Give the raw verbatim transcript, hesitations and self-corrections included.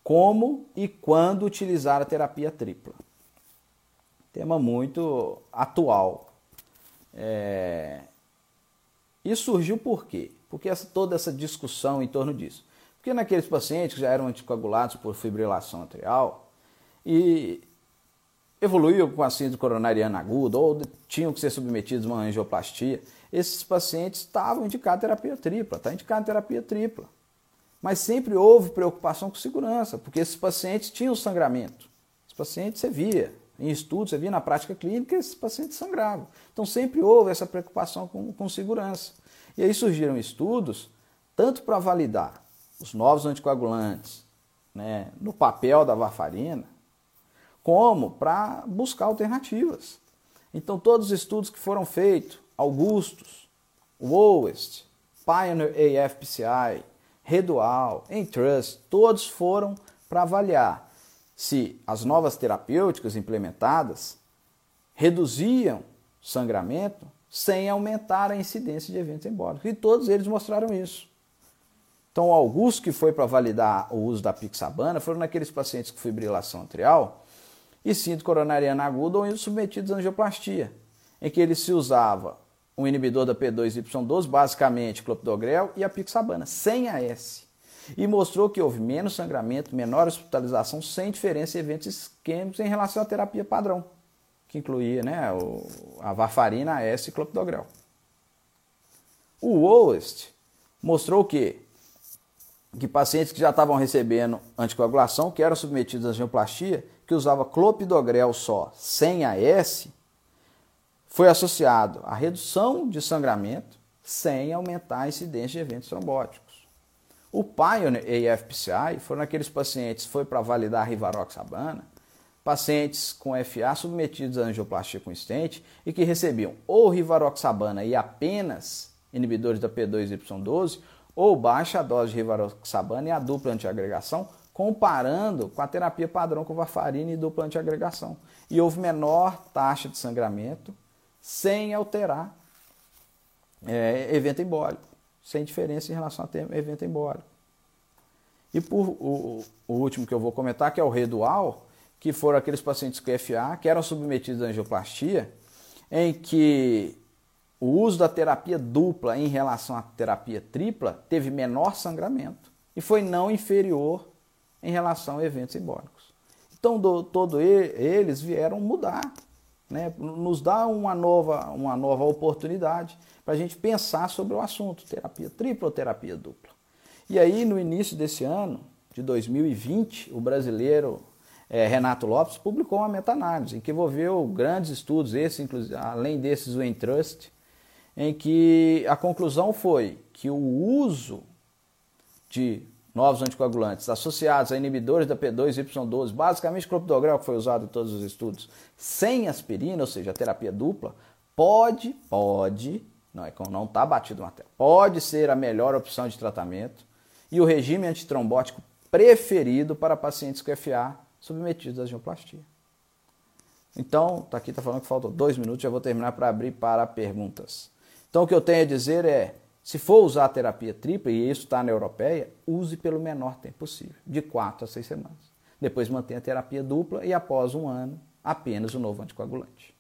como e quando utilizar a terapia tripla. Tema muito atual. É... Isso surgiu por quê? Porque essa, toda essa discussão em torno disso. Porque naqueles pacientes que já eram anticoagulados por fibrilação atrial e evoluíam com a síndrome coronariana aguda ou tinham que ser submetidos a uma angioplastia, esses pacientes estavam indicados terapia tripla, está indicado terapia tripla. Mas sempre houve preocupação com segurança, porque esses pacientes tinham sangramento. Os pacientes você via, em estudos, você via na prática clínica, esses pacientes sangravam. Então sempre houve essa preocupação com, com segurança. E aí surgiram estudos, tanto para validar os novos anticoagulantes, né, no papel da varfarina, como para buscar alternativas. Então todos os estudos que foram feitos, Augustus, Wowest, Pioneer A F P C I, Redual, Entrust, todos foram para avaliar se as novas terapêuticas implementadas reduziam sangramento sem aumentar a incidência de eventos embólicos. E todos eles mostraram isso. Então, o Augusto, que foi para validar o uso da pixabana, foram naqueles pacientes com fibrilação atrial e síndrome coronariana aguda ou submetidos à angioplastia, em que ele se usava um inibidor da P dois Y doze, basicamente clopidogrel, e a pixabana, sem A S. E mostrou que houve menos sangramento, menor hospitalização, sem diferença em eventos isquêmicos em relação à terapia padrão, que incluía, né, o, a varfarina, A S e clopidogrel. O Wowest mostrou que, que pacientes que já estavam recebendo anticoagulação, que eram submetidos à angioplastia, que usava clopidogrel só, sem A S, foi associado à redução de sangramento sem aumentar a incidência de eventos trombóticos. O Pioneer A F P C I foram aqueles pacientes, foi para validar a rivaroxabana, pacientes com F A submetidos à angioplastia com stent e que recebiam ou rivaroxabana e apenas inibidores da P dois Y doze ou baixa dose de rivaroxabana e a dupla antiagregação, comparando com a terapia padrão com varfarina e dupla antiagregação. E houve menor taxa de sangramento sem alterar é, evento embólico, sem diferença em relação a evento embólico. E por o, o último que eu vou comentar, que é o Redual, que foram aqueles pacientes com F A que eram submetidos à angioplastia, em que o uso da terapia dupla em relação à terapia tripla teve menor sangramento e foi não inferior em relação a eventos embólicos. Então, do, todo eles vieram mudar, né, nos dá uma nova, uma nova oportunidade para a gente pensar sobre o assunto, terapia tripla ou terapia dupla. E aí, no início desse ano, de dois mil e vinte, o brasileiro é, Renato Lopes publicou uma meta-análise em que envolveu grandes estudos, esse, inclusive, além desses o Entrust, em que a conclusão foi que o uso de novos anticoagulantes associados a inibidores da P dois Y doze, basicamente clopidogrel, que foi usado em todos os estudos, sem aspirina, ou seja, a terapia dupla, pode, pode, não é não está batido na tela, pode ser a melhor opção de tratamento e o regime antitrombótico preferido para pacientes com F A submetidos à angioplastia. Então, tá aqui está falando que faltam dois minutos, já vou terminar para abrir para perguntas. Então, o que eu tenho a dizer é, se for usar a terapia tripla, e isso está na europeia, use pelo menor tempo possível, de quatro a seis semanas. Depois mantenha a terapia dupla e após um ano, apenas o novo anticoagulante.